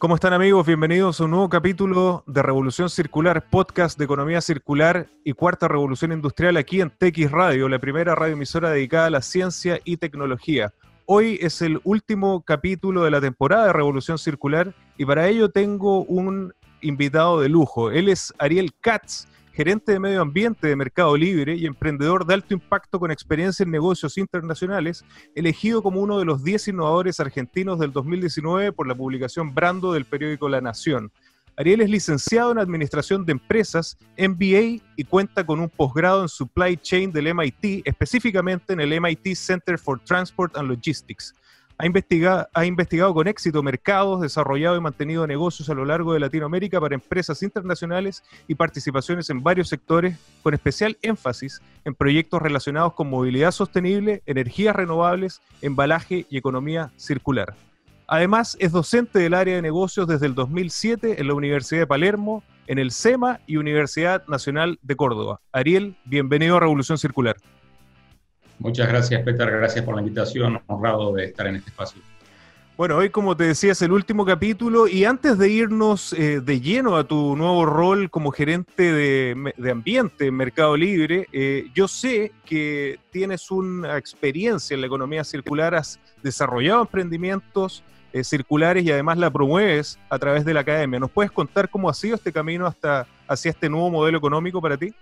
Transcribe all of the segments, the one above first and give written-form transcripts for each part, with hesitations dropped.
¿Cómo están, amigos? Bienvenidos a un nuevo capítulo de Revolución Circular, podcast de economía circular y cuarta revolución industrial aquí en TX Radio, la primera radioemisora dedicada a la ciencia y tecnología. Hoy es el último capítulo de la temporada de Revolución Circular y para ello tengo un invitado de lujo. Él es Ariel Katz, gerente de medio ambiente de Mercado Libre y emprendedor de alto impacto con experiencia en negocios internacionales, elegido como uno de los 10 innovadores argentinos del 2019 por la publicación Brando del periódico La Nación. Ariel es licenciado en Administración de Empresas, MBA, y cuenta con un posgrado en Supply Chain del MIT, específicamente en el MIT Center for Transport and Logistics. Ha investigado con éxito mercados, desarrollado y mantenido negocios a lo largo de Latinoamérica para empresas internacionales y participaciones en varios sectores, con especial énfasis en proyectos relacionados con movilidad sostenible, energías renovables, embalaje y economía circular. Además, es docente del área de negocios desde el 2007 en la Universidad de Palermo, en el SEMA y Universidad Nacional de Córdoba. Ariel, bienvenido a Revolución Circular. Muchas gracias, Peter. Gracias por la invitación. Honrado de estar en este espacio. Bueno, hoy, como te decía, es el último capítulo y antes de irnos de lleno a tu nuevo rol como gerente de ambiente en Mercado Libre, yo sé que tienes una experiencia en la economía circular, has desarrollado emprendimientos circulares y además la promueves a través de la academia. ¿Nos puedes contar cómo ha sido este camino hacia este nuevo modelo económico para ti?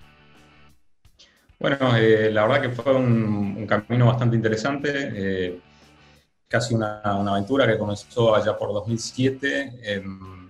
Bueno, la verdad que fue un camino bastante interesante, casi una aventura que comenzó allá por 2007.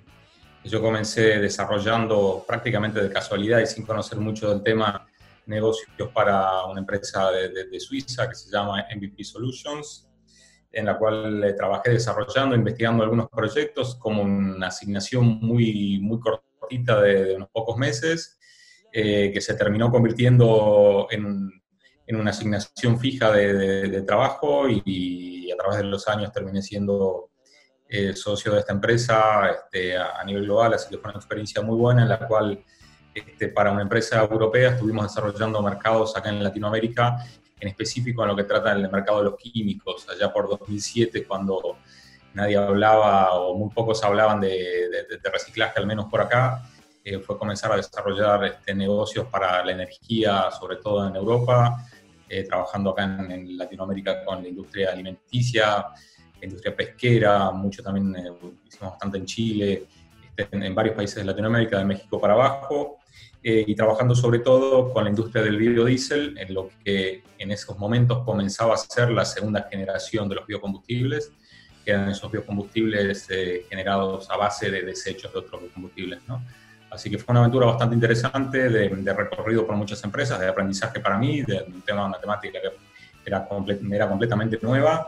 Yo comencé desarrollando prácticamente de casualidad y sin conocer mucho del tema negocios para una empresa de Suiza que se llama MVP Solutions, en la cual trabajé desarrollando, investigando algunos proyectos como una asignación muy cortita de unos pocos meses. Que se terminó convirtiendo en una asignación fija de trabajo y a través de los años terminé siendo socio de esta empresa a nivel global, así que fue una experiencia muy buena en la cual para una empresa europea estuvimos desarrollando mercados acá en Latinoamérica, en específico en lo que trata el mercado de los químicos, allá por 2007 cuando nadie hablaba o muy pocos hablaban de reciclaje, al menos por acá. Fue comenzar a desarrollar negocios para la energía, sobre todo en Europa, trabajando acá en Latinoamérica con la industria alimenticia, la industria pesquera, mucho también hicimos bastante en Chile, en varios países de Latinoamérica, de México para abajo, y trabajando sobre todo con la industria del biodiesel, en lo que en esos momentos comenzaba a ser la segunda generación de los biocombustibles, que eran esos biocombustibles generados a base de desechos de otros biocombustibles, ¿no? Así que fue una aventura bastante interesante, de recorrido por muchas empresas, de aprendizaje para mí, de un tema, una temática que era completamente nueva,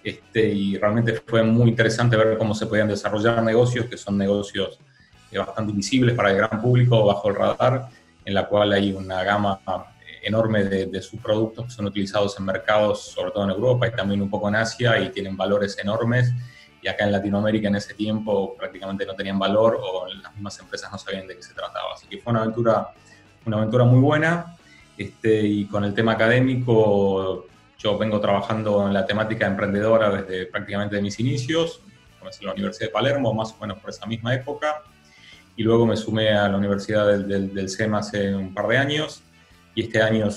y realmente fue muy interesante ver cómo se podían desarrollar negocios, que son negocios bastante invisibles para el gran público, bajo el radar, en la cual hay una gama enorme de subproductos que son utilizados en mercados, sobre todo en Europa y también un poco en Asia, y tienen valores enormes. Y acá en Latinoamérica en ese tiempo prácticamente no tenían valor o las mismas empresas no sabían de qué se trataba. Así que fue una aventura muy buena. Y con el tema académico, yo vengo trabajando en la temática emprendedora desde prácticamente mis inicios. Comencé en la Universidad de Palermo, más o menos por esa misma época. Y luego me sumé a la Universidad del SEMA hace un par de años. Y este año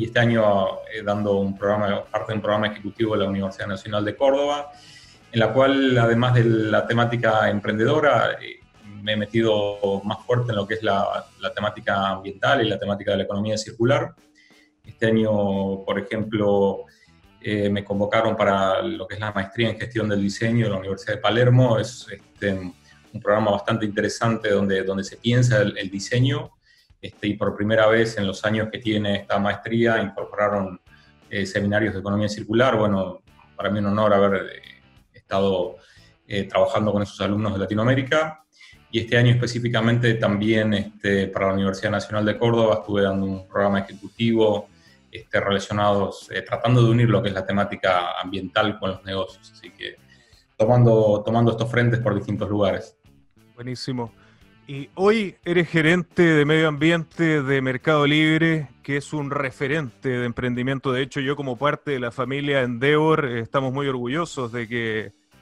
dando parte de un programa ejecutivo de la Universidad Nacional de Córdoba, en la cual, además de la temática emprendedora, me he metido más fuerte en lo que es la temática ambiental y la temática de la economía circular. Este año, por ejemplo, me convocaron para lo que es la maestría en gestión del diseño de la Universidad de Palermo. Es un programa bastante interesante donde se piensa el diseño, y por primera vez en los años que tiene esta maestría incorporaron seminarios de economía circular. Bueno, para mí un honor haber estado trabajando con esos alumnos de Latinoamérica, y este año específicamente también para la Universidad Nacional de Córdoba estuve dando un programa ejecutivo relacionados, tratando de unir lo que es la temática ambiental con los negocios, así que tomando estos frentes por distintos lugares. Buenísimo. Y hoy eres gerente de medio ambiente de Mercado Libre, que es un referente de emprendimiento. De hecho, yo como parte de la familia Endeavor estamos muy orgullosos de que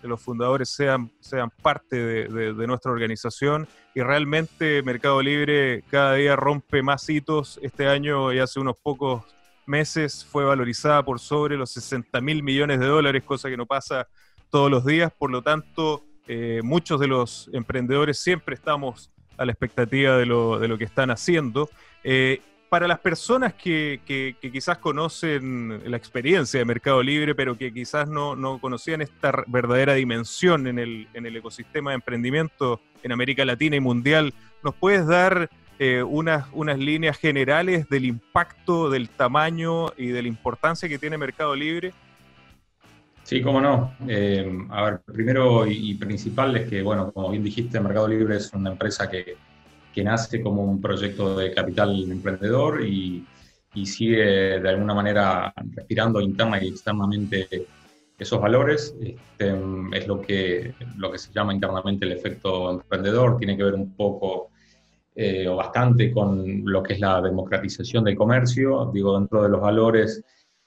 los fundadores sean parte de nuestra organización, y realmente Mercado Libre cada día rompe más hitos. Este año y hace unos pocos meses fue valorizada por sobre los 60.000 millones de dólares, cosa que no pasa todos los días. Por lo tanto, muchos de los emprendedores siempre estamos a la expectativa de lo que están haciendo. Para las personas que quizás conocen la experiencia de Mercado Libre, pero que quizás no conocían esta verdadera dimensión en el ecosistema de emprendimiento en América Latina y mundial, ¿nos puedes dar unas líneas generales del impacto, del tamaño y de la importancia que tiene Mercado Libre? Sí, cómo no. A ver, primero y principal es que, bueno, como bien dijiste, Mercado Libre es una empresa que nace como un proyecto de capital emprendedor y sigue de alguna manera respirando interna y externamente esos valores. Es lo que se llama internamente el efecto emprendedor. Tiene que ver un poco o bastante con lo que es la democratización del comercio. Digo, dentro de los valores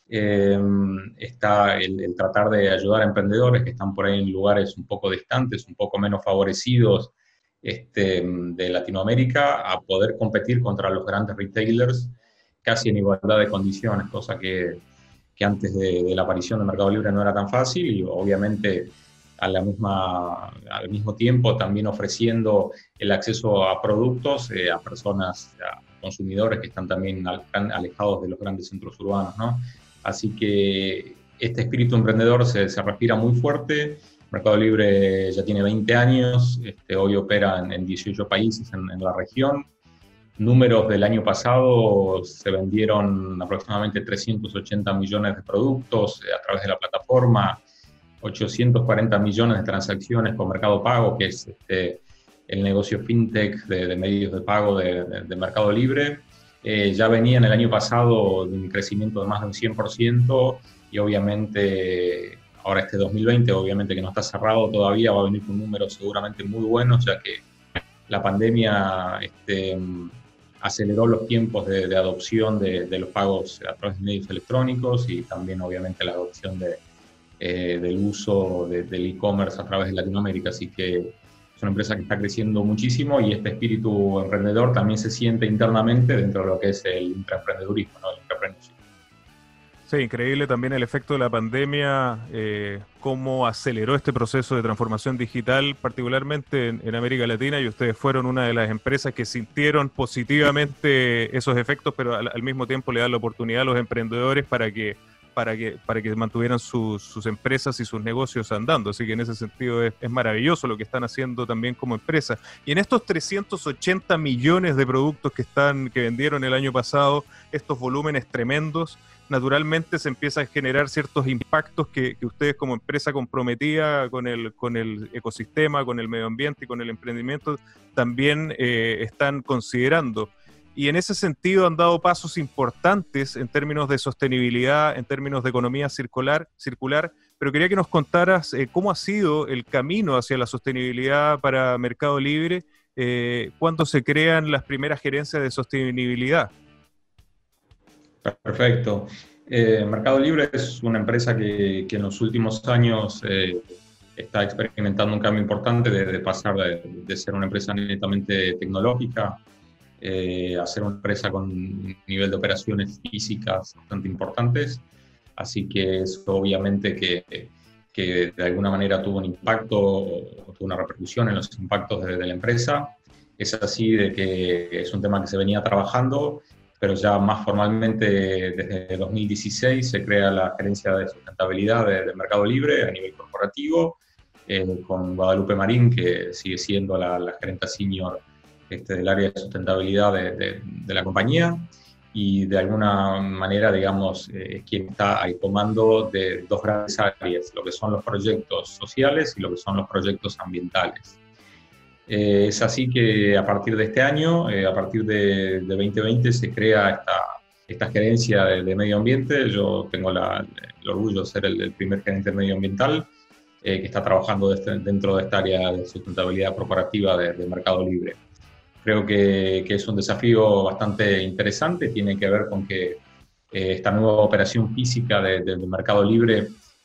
está el tratar de ayudar a emprendedores que están por ahí en lugares un poco distantes, un poco menos favorecidos de Latinoamérica, a poder competir contra los grandes retailers casi en igualdad de condiciones, cosa que antes de la aparición de Mercado Libre no era tan fácil, y obviamente al mismo tiempo también ofreciendo el acceso a productos a personas, a consumidores que están también alejados de los grandes centros urbanos, ¿no? Así que este espíritu emprendedor se respira muy fuerte. Mercado Libre ya tiene 20 años, hoy opera en 18 países en la región. Números del año pasado, se vendieron aproximadamente 380 millones de productos a través de la plataforma, 840 millones de transacciones con Mercado Pago, que es el negocio fintech de medios de pago de Mercado Libre. Ya venía en el año pasado de un crecimiento de más de un 100%, y obviamente ahora 2020, obviamente que no está cerrado todavía, va a venir con números seguramente muy buenos, ya que la pandemia aceleró los tiempos de adopción de los pagos a través de medios electrónicos, y también obviamente la adopción del uso del e-commerce a través de Latinoamérica. Así que es una empresa que está creciendo muchísimo, y este espíritu emprendedor también se siente internamente dentro de lo que es el intraemprendedurismo, ¿no? El intraemprendimiento. Sí, increíble también el efecto de la pandemia, cómo aceleró este proceso de transformación digital, particularmente en América Latina, y ustedes fueron una de las empresas que sintieron positivamente esos efectos, pero al mismo tiempo le dan la oportunidad a los emprendedores para que mantuvieran sus empresas y sus negocios andando. Así que en ese sentido es maravilloso lo que están haciendo también como empresa. Y en estos 380 millones de productos que vendieron el año pasado, estos volúmenes tremendos, naturalmente se empiezan a generar ciertos impactos que ustedes como empresa comprometida con el ecosistema, con el medio ambiente y con el emprendimiento también están considerando. Y en ese sentido han dado pasos importantes en términos de sostenibilidad, en términos de economía circular, pero quería que nos contaras cómo ha sido el camino hacia la sostenibilidad para Mercado Libre, cuándo se crean las primeras gerencias de sostenibilidad. Perfecto. Mercado Libre es una empresa que en los últimos años está experimentando un cambio importante de pasar de ser una empresa netamente tecnológica a ser una empresa con un nivel de operaciones físicas bastante importantes. Así que eso obviamente que de alguna manera tuvo un impacto o tuvo una repercusión en los impactos de la empresa. Es así de que es un tema que se venía trabajando, pero ya más formalmente desde 2016 se crea la gerencia de sustentabilidad de Mercado Libre a nivel corporativo, con Guadalupe Marín, que sigue siendo la gerente senior del área de sustentabilidad de la compañía, y de alguna manera, digamos, es quien está al comando de dos grandes áreas, lo que son los proyectos sociales y lo que son los proyectos ambientales. Es así que a partir de este año, a partir de 2020, se crea esta gerencia de medio ambiente. Yo tengo el orgullo de ser el primer gerente de medioambiental que está trabajando dentro de esta área de sustentabilidad corporativa de Mercado Libre. Creo que es un desafío bastante interesante, tiene que ver con que esta nueva operación física de Mercado Libre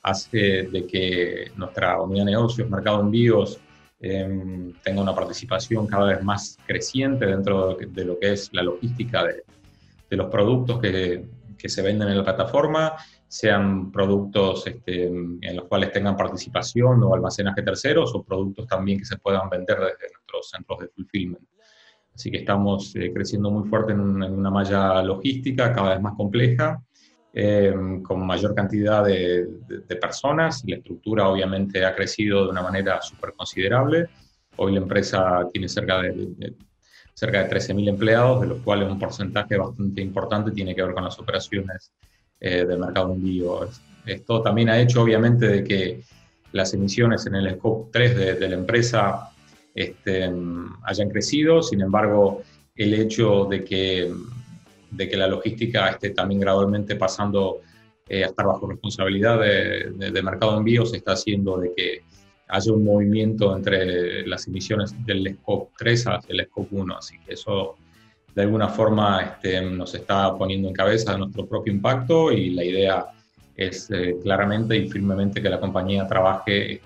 hace de que nuestra unidad de negocios, mercado de envíos, tenga una participación cada vez más creciente dentro de lo que es la logística de los productos que se venden en la plataforma, sean productos en los cuales tengan participación o almacenaje terceros, o productos también que se puedan vender desde nuestros centros de fulfillment. Así que estamos creciendo muy fuerte en una malla logística cada vez más compleja, con mayor cantidad de personas. La estructura obviamente ha crecido de una manera súper considerable. Hoy la empresa tiene cerca de 13.000 empleados, de los cuales un porcentaje bastante importante tiene que ver con las operaciones del mercado de envío. Esto también ha hecho obviamente de que las emisiones en el Scope 3 de la empresa hayan crecido. Sin embargo, el hecho de que la logística esté también gradualmente pasando a estar bajo responsabilidad de mercado de envíos está haciendo de que haya un movimiento entre las emisiones del Scope 3 hacia el Scope 1. Así que eso de alguna forma nos está poniendo en cabeza nuestro propio impacto, y la idea es claramente y firmemente que la compañía trabaje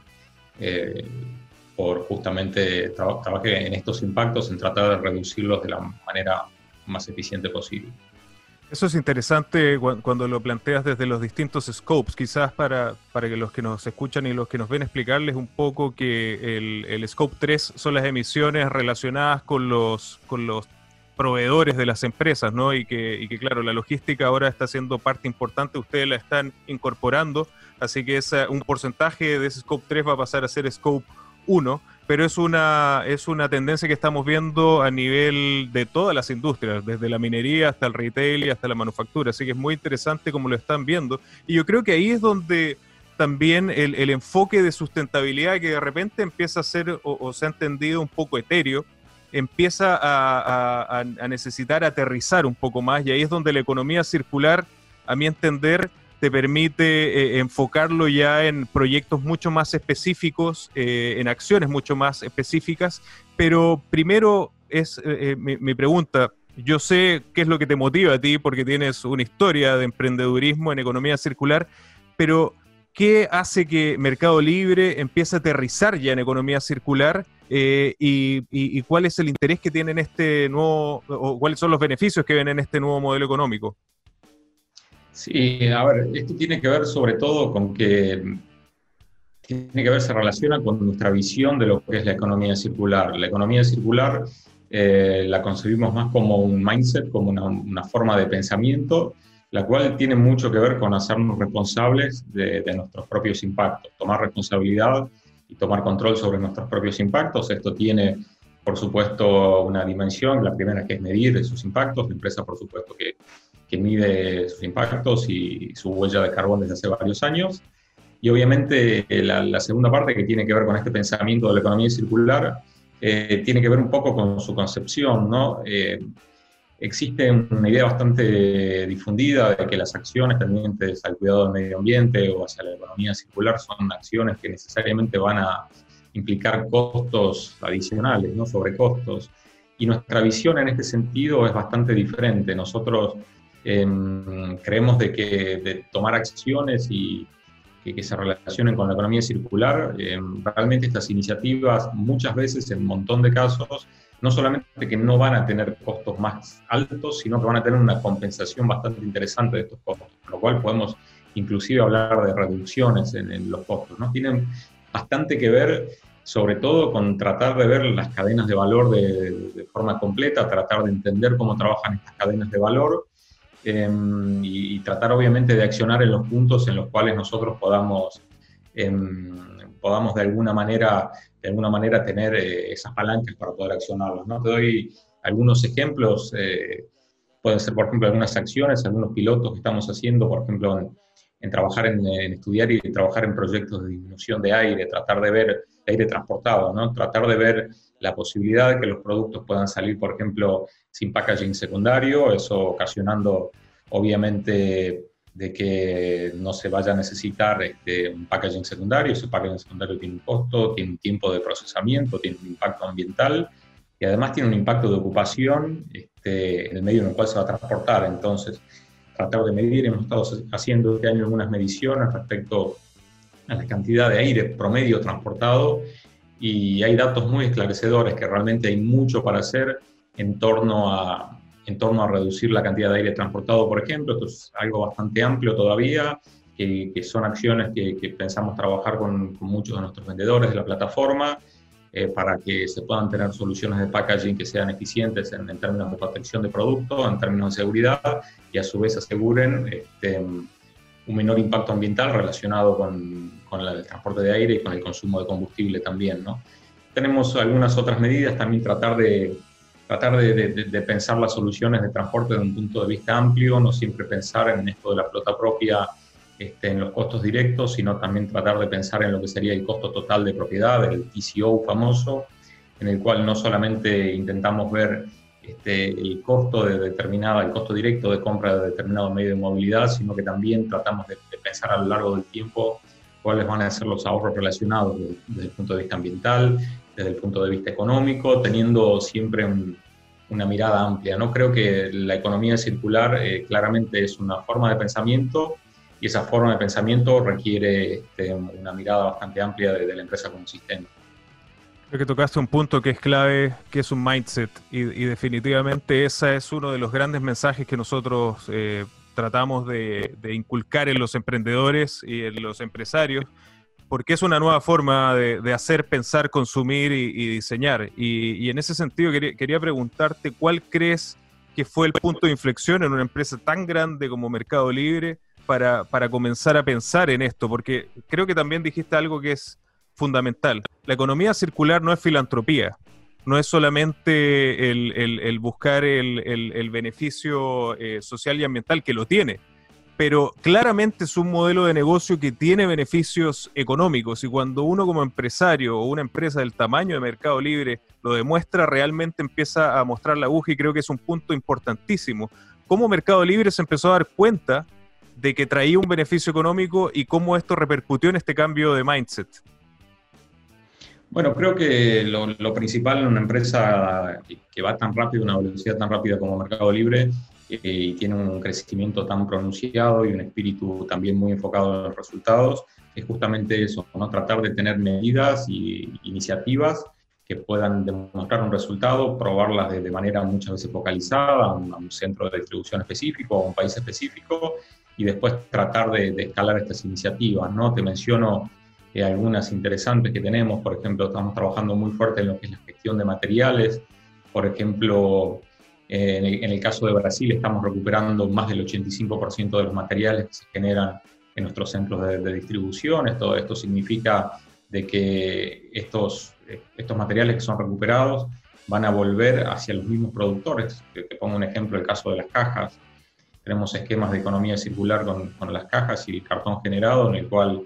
por justamente trabaje en estos impactos, en tratar de reducirlos de la manera más eficiente posible. Eso es interesante cuando lo planteas desde los distintos scopes, quizás para que los que nos escuchan y los que nos ven explicarles un poco que el Scope 3 son las emisiones relacionadas con los proveedores de las empresas, ¿no? Y que claro, la logística ahora está siendo parte importante, ustedes la están incorporando, así que un porcentaje de ese Scope 3 va a pasar a ser Scope 1, pero es una tendencia que estamos viendo a nivel de todas las industrias, desde la minería hasta el retail y hasta la manufactura, así que es muy interesante cómo lo están viendo, y yo creo que ahí es donde también el enfoque de sustentabilidad, que de repente empieza a ser o se ha entendido un poco etéreo, empieza a necesitar aterrizar un poco más, y ahí es donde la economía circular, a mi entender, te permite enfocarlo ya en proyectos mucho más específicos, en acciones mucho más específicas. Pero primero es mi pregunta. Yo sé qué es lo que te motiva a ti porque tienes una historia de emprendedurismo en economía circular, pero ¿qué hace que Mercado Libre empiece a aterrizar ya en economía circular? Y ¿cuál es el interés que tiene en este nuevo, o cuáles son los beneficios que ven en este nuevo modelo económico? Sí, a ver, esto tiene que ver sobre todo con que se relaciona con nuestra visión de lo que es la economía circular. La economía circular la concebimos más como un mindset, como una forma de pensamiento, la cual tiene mucho que ver con hacernos responsables de nuestros propios impactos, tomar responsabilidad y tomar control sobre nuestros propios impactos. Esto tiene, por supuesto, una dimensión, la primera que es medir esos impactos. La empresa, por supuesto, que mide sus impactos y su huella de carbón desde hace varios años. Y obviamente la segunda parte, que tiene que ver con este pensamiento de la economía circular, tiene que ver un poco con su concepción, ¿no? Existe una idea bastante difundida de que las acciones tendientes al cuidado del medio ambiente o hacia la economía circular son acciones que necesariamente van a implicar costos adicionales, ¿no? Sobrecostos. Y nuestra visión en este sentido es bastante diferente. Nosotros creemos de tomar acciones y que se relacionen con la economía circular. Realmente estas iniciativas, muchas veces, en un montón de casos, no solamente que no van a tener costos más altos, sino que van a tener una compensación bastante interesante de estos costos, con lo cual podemos inclusive hablar de reducciones en los costos, ¿no? Tienen bastante que ver, sobre todo, con tratar de ver las cadenas de valor de forma completa, tratar de entender cómo trabajan estas cadenas de valor, y tratar obviamente de accionar en los puntos en los cuales nosotros podamos de alguna manera tener esas palancas para poder accionarlas, ¿no? Te doy algunos ejemplos. Pueden ser, por ejemplo, algunas acciones, algunos pilotos que estamos haciendo, por ejemplo, en trabajar en estudiar y trabajar en proyectos de disminución de aire, tratar de ver aire transportado, ¿no? Tratar de ver la posibilidad de que los productos puedan salir, por ejemplo, sin packaging secundario, eso ocasionando, obviamente, de que no se vaya a necesitar un packaging secundario. Ese packaging secundario tiene un costo, tiene un tiempo de procesamiento, tiene un impacto ambiental y además tiene un impacto de ocupación en el medio en el cual se va a transportar. Entonces, tratar de medir. Hemos estado haciendo este año algunas mediciones respecto a la cantidad de aire promedio transportado y hay datos muy esclarecedores que realmente hay mucho para hacer en torno a reducir la cantidad de aire transportado, por ejemplo. Esto es algo bastante amplio todavía, que son acciones que pensamos trabajar con muchos de nuestros vendedores de la plataforma, para que se puedan tener soluciones de packaging que sean eficientes en términos de protección de producto, en términos de seguridad, y a su vez aseguren un menor impacto ambiental relacionado con el transporte de aire y con el consumo de combustible también, ¿no? Tenemos algunas otras medidas, también tratar de pensar las soluciones de transporte desde un punto de vista amplio, no siempre pensar en esto de la flota propia, en los costos directos, sino también tratar de pensar en lo que sería el costo total de propiedad, el TCO famoso, en el cual no solamente intentamos ver el costo el costo directo de compra de determinado medio de movilidad, sino que también tratamos de pensar a lo largo del tiempo cuáles van a ser los ahorros relacionados desde el punto de vista ambiental, desde el punto de vista económico, teniendo siempre una mirada amplia. No creo que la economía circular claramente es una forma de pensamiento, y esa forma de pensamiento requiere una mirada bastante amplia de la empresa como sistema. Creo que tocaste un punto que es clave, que es un mindset, y definitivamente ese es uno de los grandes mensajes que nosotros tratamos de inculcar en los emprendedores y en los empresarios, porque es una nueva forma de hacer, pensar, consumir y diseñar. Y en ese sentido quería preguntarte, ¿cuál crees que fue el punto de inflexión en una empresa tan grande como Mercado Libre para comenzar a pensar en esto? Porque creo que también dijiste algo que es fundamental. La economía circular no es filantropía, no es solamente el buscar el beneficio social y ambiental, que lo tiene, pero claramente es un modelo de negocio que tiene beneficios económicos, y cuando uno como empresario o una empresa del tamaño de Mercado Libre lo demuestra, realmente empieza a mostrar la aguja, y creo que es un punto importantísimo. ¿Cómo Mercado Libre se empezó a dar cuenta de que traía un beneficio económico y cómo esto repercutió en este cambio de mindset? Bueno, creo que lo principal en una empresa que va tan rápido, una velocidad tan rápida como Mercado Libre, y tiene un crecimiento tan pronunciado y un espíritu también muy enfocado en los resultados, es justamente eso, ¿no? Tratar de tener medidas y iniciativas que puedan demostrar un resultado, probarlas de manera muchas veces focalizada a un centro de distribución específico, a un país específico, y después tratar de escalar estas iniciativas, ¿no? Te menciono algunas interesantes que tenemos. Por ejemplo, estamos trabajando muy fuerte en lo que es la gestión de materiales. Por ejemplo, en el caso de Brasil estamos recuperando más del 85% de los materiales que se generan en nuestros centros de distribución. Esto significa de que estos materiales que son recuperados van a volver hacia los mismos productores. Te pongo un ejemplo, el caso de las cajas. Tenemos esquemas de economía circular con las cajas y el cartón generado, en el cual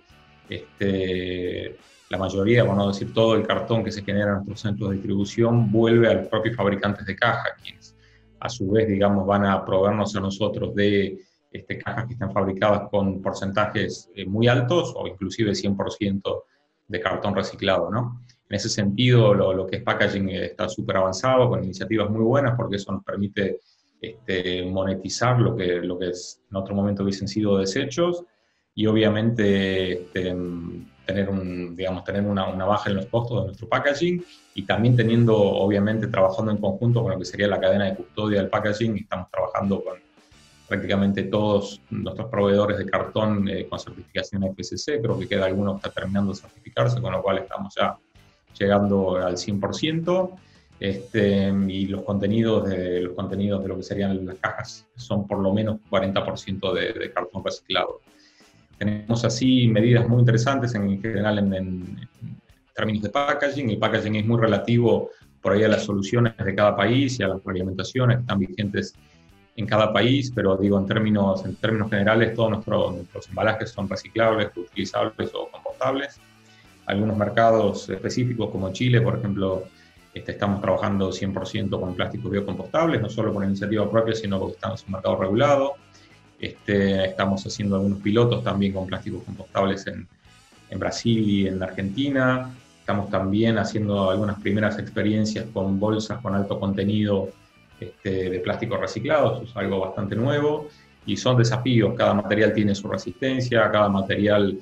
la mayoría, por no decir todo, el cartón que se genera en nuestros centros de distribución vuelve a los propios fabricantes de cajas, quienes a su vez, digamos, van a proveernos a nosotros de cajas que están fabricadas con porcentajes muy altos o inclusive 100% de cartón reciclado, ¿no? En ese sentido, lo que es packaging está súper avanzado, con iniciativas muy buenas, porque eso nos permite monetizar lo que en otro momento hubiesen sido desechos, y obviamente tener una baja en los costos de nuestro packaging, y también obviamente trabajando en conjunto con lo que sería la cadena de custodia del packaging. Estamos trabajando con prácticamente todos nuestros proveedores de cartón con certificación FSC. Creo que queda alguno que está terminando de certificarse, con lo cual estamos ya llegando al 100%. Y los contenidos de lo que serían las cajas son por lo menos 40% de cartón reciclado. Tenemos así medidas muy interesantes en general en términos de packaging. El packaging es muy relativo por ahí a las soluciones de cada país y a las reglamentaciones que están vigentes en cada país, pero digo, en términos generales, todos nuestros embalajes son reciclables, reutilizables o compostables. Algunos mercados específicos como Chile, por ejemplo, estamos trabajando 100% con plásticos biocompostables, no solo por iniciativa propia, sino porque estamos en un mercado regulado. Estamos haciendo algunos pilotos también con plásticos compostables en Brasil y en Argentina. Estamos también haciendo algunas primeras experiencias con bolsas con alto contenido de plástico reciclado. Eso es algo bastante nuevo. y son desafíos. Cada material tiene su resistencia, cada material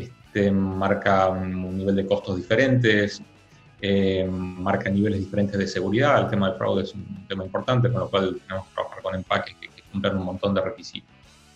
marca un nivel de costos diferentes, marca niveles diferentes de seguridad. El tema del fraude es un tema importante, con lo cual tenemos que trabajar con empaques que cumplen un montón de requisitos.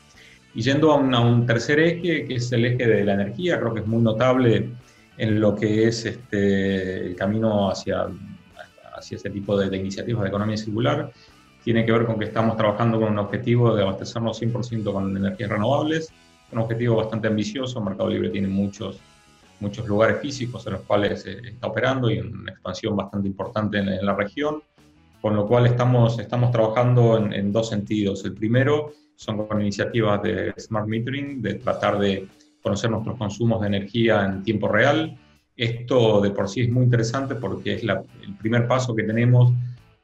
Y yendo a un tercer eje, que es el eje de la energía, creo que es muy notable en lo que es el camino hacia ese tipo de iniciativas de economía circular. Tiene que ver con que estamos trabajando con un objetivo de abastecernos 100% con energías renovables, un objetivo bastante ambicioso. Mercado Libre tiene muchos lugares físicos en los cuales está operando y una expansión bastante importante en la región, con lo cual estamos trabajando en dos sentidos. El primero son con iniciativas de smart metering, de tratar de conocer nuestros consumos de energía en tiempo real. Esto de por sí es muy interesante porque es el primer paso que tenemos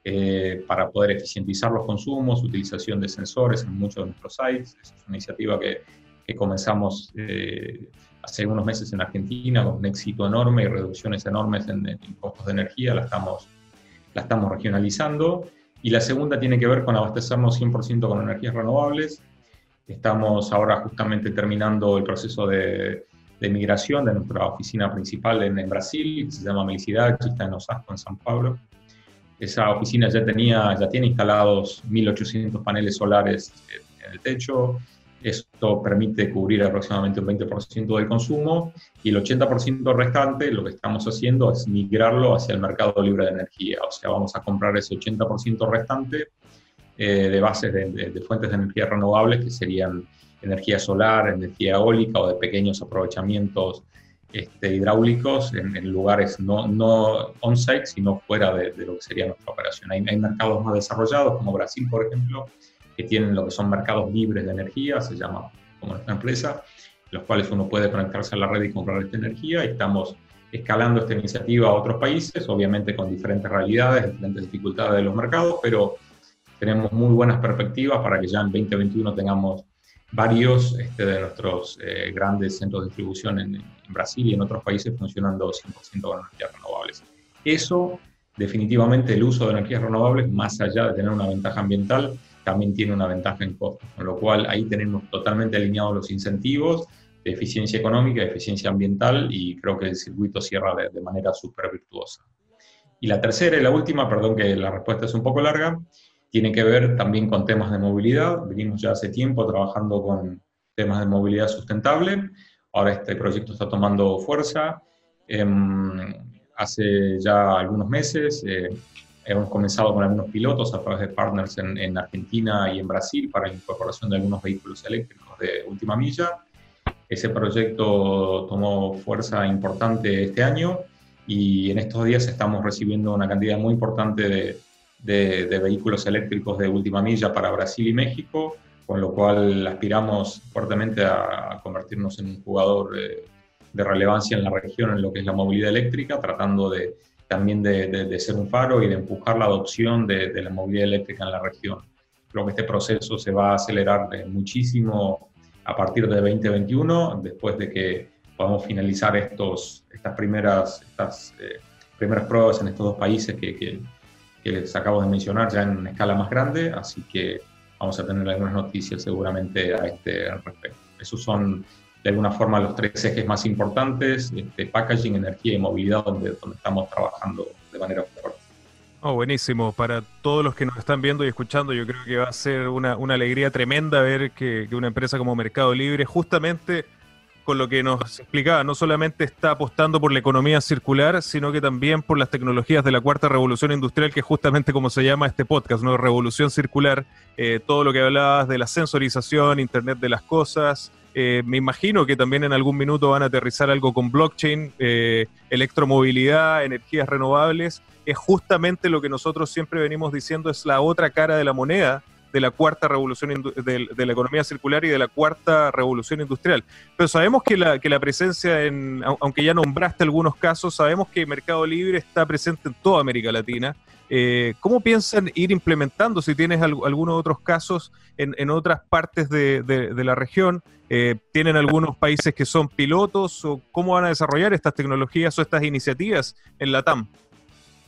para poder eficientizar los consumos, utilización de sensores en muchos de nuestros sites. Es una iniciativa que comenzamos hace unos meses en Argentina con un éxito enorme y reducciones enormes en costos de energía. La estamos regionalizando. Y la segunda tiene que ver con abastecernos 100% con energías renovables. Estamos ahora justamente terminando el proceso de migración de nuestra oficina principal en Brasil, que se llama Melicidade, que está en Osasco, en San Pablo. Esa oficina ya tiene instalados 1.800 paneles solares en el techo. Esto permite cubrir aproximadamente un 20% del consumo, y el 80% restante lo que estamos haciendo es migrarlo hacia el mercado libre de energía. O sea, vamos a comprar ese 80% restante de bases de fuentes de energía renovables, que serían energía solar, energía eólica o de pequeños aprovechamientos hidráulicos en lugares no on-site, sino fuera de lo que sería nuestra operación. Hay mercados más desarrollados, como Brasil, por ejemplo, que tienen lo que son mercados libres de energía, se llama como nuestra empresa, los cuales uno puede conectarse a la red y comprar esta energía, y estamos escalando esta iniciativa a otros países, obviamente con diferentes realidades, diferentes dificultades de los mercados, pero tenemos muy buenas perspectivas para que ya en 2021 tengamos varios de nuestros grandes centros de distribución en Brasil y en otros países funcionando 100% con energías renovables. Eso, definitivamente, el uso de energías renovables, más allá de tener una ventaja ambiental, también tiene una ventaja en costos, con lo cual ahí tenemos totalmente alineados los incentivos de eficiencia económica, de eficiencia ambiental, y creo que el circuito cierra de manera súper virtuosa. Y la tercera y la última, perdón que la respuesta es un poco larga, tiene que ver también con temas de movilidad. Venimos ya hace tiempo trabajando con temas de movilidad sustentable. Ahora este proyecto está tomando fuerza. Hace ya algunos meses hemos comenzado con algunos pilotos a través de partners en Argentina y en Brasil para la incorporación de algunos vehículos eléctricos de última milla. Ese proyecto tomó fuerza importante este año, y en estos días estamos recibiendo una cantidad muy importante de vehículos eléctricos de última milla para Brasil y México, con lo cual aspiramos fuertemente a convertirnos en un jugador de relevancia en la región en lo que es la movilidad eléctrica, tratando también de ser un faro y de empujar la adopción de la movilidad eléctrica en la región. Creo que este proceso se va a acelerar muchísimo a partir de 2021, después de que podamos finalizar estas primeras pruebas en estos dos países que les acabo de mencionar, ya en una escala más grande, así que vamos a tener algunas noticias seguramente a este respecto. Esos son, de alguna forma, los tres ejes más importantes: packaging, energía y movilidad, donde estamos trabajando de manera fuerte. Oh, buenísimo. Para todos los que nos están viendo y escuchando, yo creo que va a ser una alegría tremenda ver que una empresa como Mercado Libre, justamente con lo que nos explicaba, no solamente está apostando por la economía circular, sino que también por las tecnologías de la cuarta revolución industrial, que es justamente como se llama este podcast, ¿no? Revolución circular, todo lo que hablabas de la sensorización, Internet de las cosas. Me imagino que también en algún minuto van a aterrizar algo con blockchain, electromovilidad, energías renovables. Es justamente lo que nosotros siempre venimos diciendo, es la otra cara de la moneda de la cuarta revolución de la economía circular y de la cuarta revolución industrial. Pero sabemos que la presencia, aunque ya nombraste algunos casos, sabemos que Mercado Libre está presente en toda América Latina. ¿Cómo piensan ir implementando, si tienes algunos otros casos en otras partes de la región? ¿Tienen algunos países que son pilotos? ¿O cómo van a desarrollar estas tecnologías o estas iniciativas en la TAM?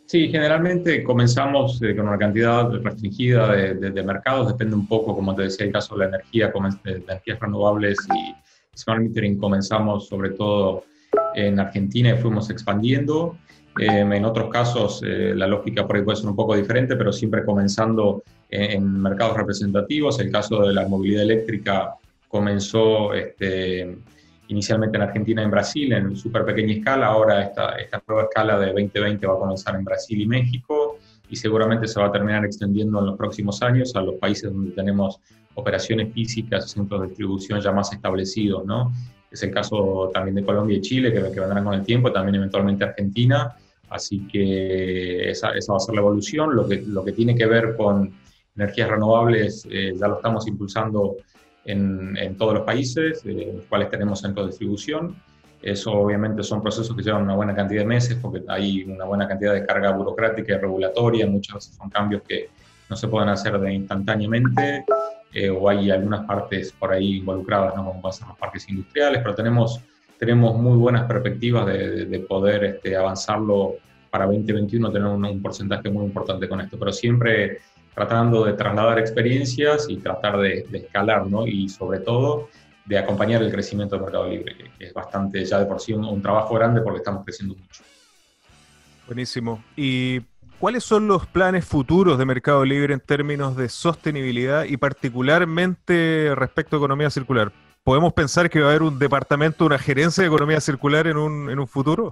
Sí, generalmente comenzamos con una cantidad restringida de mercados, depende un poco, como te decía, el caso de la energía, de energías renovables y smart metering. Comenzamos sobre todo en Argentina y fuimos expandiendo. En otros casos la lógica por ahí puede ser un poco diferente, pero siempre comenzando en mercados representativos. El caso de la movilidad eléctrica comenzó inicialmente en Argentina y en Brasil, en súper pequeña escala. Ahora esta nueva escala de 2020 va a comenzar en Brasil y México y seguramente se va a terminar extendiendo en los próximos años a los países donde tenemos operaciones físicas, centros de distribución ya más establecidos, ¿no? Es el caso también de Colombia y Chile, que vendrán con el tiempo, también eventualmente Argentina. Así que esa va a ser la evolución. Lo que tiene que ver con energías renovables ya lo estamos impulsando en todos los países, en los cuales tenemos centros de distribución. Eso obviamente son procesos que llevan una buena cantidad de meses porque hay una buena cantidad de carga burocrática y regulatoria. Muchas veces son cambios que no se pueden hacer de instantáneamente o hay algunas partes por ahí involucradas, ¿no? Como pasan los parques industriales, pero tenemos muy buenas perspectivas de poder avanzarlo para 2021, tener un porcentaje muy importante con esto, pero siempre tratando de trasladar experiencias y tratar de escalar, ¿no? Y sobre todo de acompañar el crecimiento del mercado libre, que es bastante ya de por sí un trabajo grande porque estamos creciendo mucho. Buenísimo. ¿Y cuáles son los planes futuros de Mercado Libre en términos de sostenibilidad y particularmente respecto a economía circular? ¿Podemos pensar que va a haber un departamento, una gerencia de economía circular en un futuro?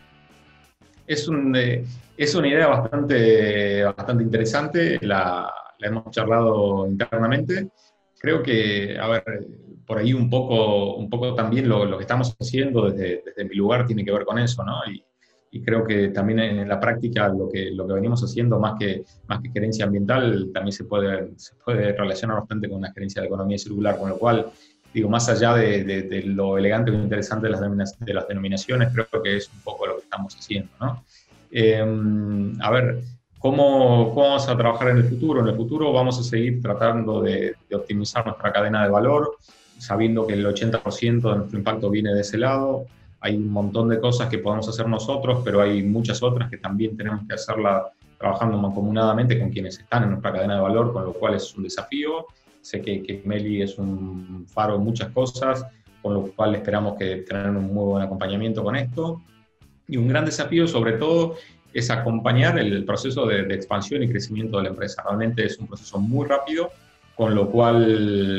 Es una idea bastante interesante, la hemos charlado internamente. Creo que, a ver, por ahí un poco también lo que estamos haciendo desde mi lugar tiene que ver con eso, ¿no? Y creo que también en la práctica lo que venimos haciendo, más que gerencia ambiental, también se puede relacionar bastante con una gerencia de economía circular, con lo cual, digo, más allá de lo elegante o interesante de las denominaciones, creo que es un poco lo que estamos haciendo, ¿no? A ver, ¿cómo vamos a trabajar en el futuro? En el futuro vamos a seguir tratando de optimizar nuestra cadena de valor, sabiendo que el 80% de nuestro impacto viene de ese lado. Hay un montón de cosas que podemos hacer nosotros, pero hay muchas otras que también tenemos que hacerla trabajando mancomunadamente con quienes están en nuestra cadena de valor, con lo cual es un desafío. Sé que Meli es un faro en muchas cosas, con lo cual esperamos que tener un muy buen acompañamiento con esto. Y un gran desafío, sobre todo, es acompañar el proceso de expansión y crecimiento de la empresa. Realmente es un proceso muy rápido, con lo cual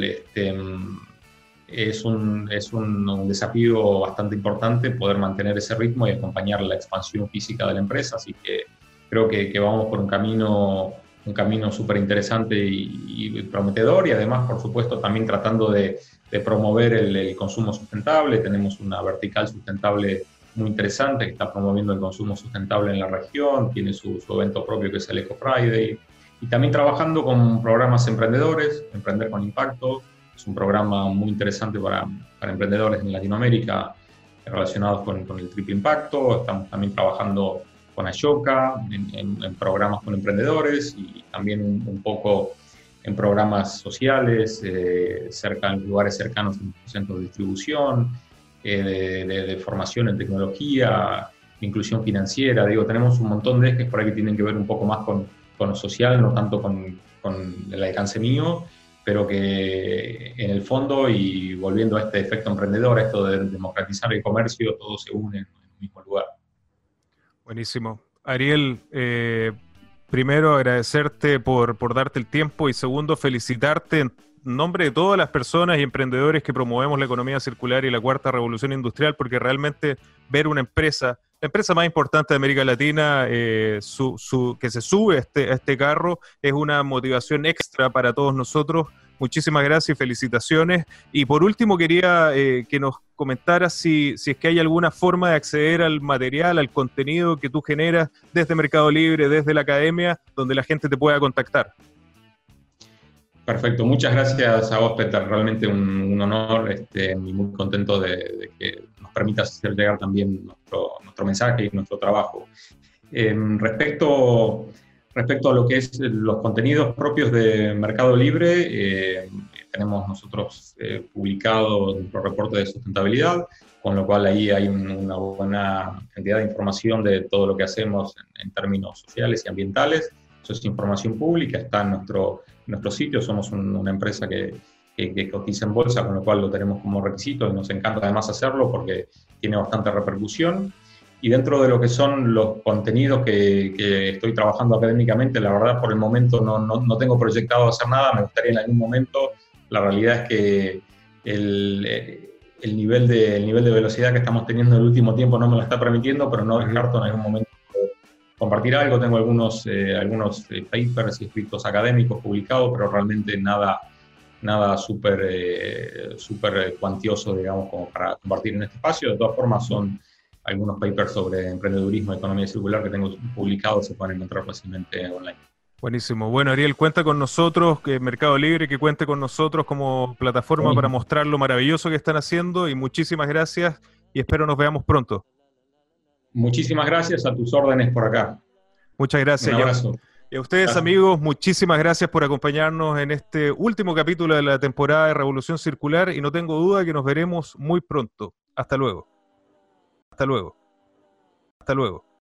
es un desafío bastante importante poder mantener ese ritmo y acompañar la expansión física de la empresa. Así que creo que vamos por un camino súper interesante y prometedor, y además, por supuesto, también tratando de promover el consumo sustentable. Tenemos una vertical sustentable muy interesante que está promoviendo el consumo sustentable en la región, tiene su evento propio que es el Eco Friday, y también trabajando con programas emprendedores, Emprender con Impacto. Es un programa muy interesante para emprendedores en Latinoamérica relacionados con el triple impacto. Estamos también trabajando con Ashoka en programas con emprendedores y también un poco en programas sociales, en lugares cercanos a centros de distribución, de formación en tecnología, inclusión financiera. Digo, tenemos un montón de ejes por ahí que tienen que ver un poco más con lo social, no tanto con el alcance mío, pero que en el fondo, y volviendo a este efecto emprendedor, a esto de democratizar el comercio, todo se une en el mismo lugar. Buenísimo. Ariel, primero agradecerte por darte el tiempo y segundo felicitarte en nombre de todas las personas y emprendedores que promovemos la economía circular y la cuarta revolución industrial, porque realmente ver una empresa, la empresa más importante de América Latina, que se sube a este carro, es una motivación extra para todos nosotros. Muchísimas gracias y felicitaciones. Y por último quería que nos comentaras si es que hay alguna forma de acceder al material, al contenido que tú generas desde Mercado Libre, desde la academia, donde la gente te pueda contactar. Perfecto, muchas gracias a vos, Peter. Realmente un honor y muy contento de que nos permitas hacer llegar también nuestro mensaje y nuestro trabajo. Respecto a lo que es los contenidos propios de Mercado Libre, tenemos nosotros publicado nuestro reporte de sustentabilidad, con lo cual ahí hay una buena cantidad de información de todo lo que hacemos en términos sociales y ambientales. Eso es información pública, está en nuestro sitio. Somos una empresa que cotiza en bolsa, con lo cual lo tenemos como requisito y nos encanta además hacerlo porque tiene bastante repercusión. Y dentro de lo que son los contenidos que estoy trabajando académicamente, la verdad por el momento no tengo proyectado hacer nada, me gustaría en algún momento. La realidad es que el nivel de velocidad que estamos teniendo en el último tiempo no me lo está permitiendo, pero no descarto en algún momento compartir algo. Tengo algunos papers y escritos académicos publicados, pero realmente nada súper cuantioso, digamos, como para compartir en este espacio. De todas formas, son algunos papers sobre emprendedurismo y economía circular que tengo publicados, se pueden encontrar fácilmente online. Buenísimo. Bueno, Ariel, cuenta con nosotros, que Mercado Libre, que cuente con nosotros como plataforma para mostrar lo maravilloso que están haciendo, y muchísimas gracias y espero nos veamos pronto. Muchísimas gracias, a tus órdenes por acá. Muchas gracias. Un abrazo. Y a ustedes, gracias, amigos, muchísimas gracias por acompañarnos en este último capítulo de la temporada de Revolución Circular y no tengo duda que nos veremos muy pronto. Hasta luego. Hasta luego. Hasta luego.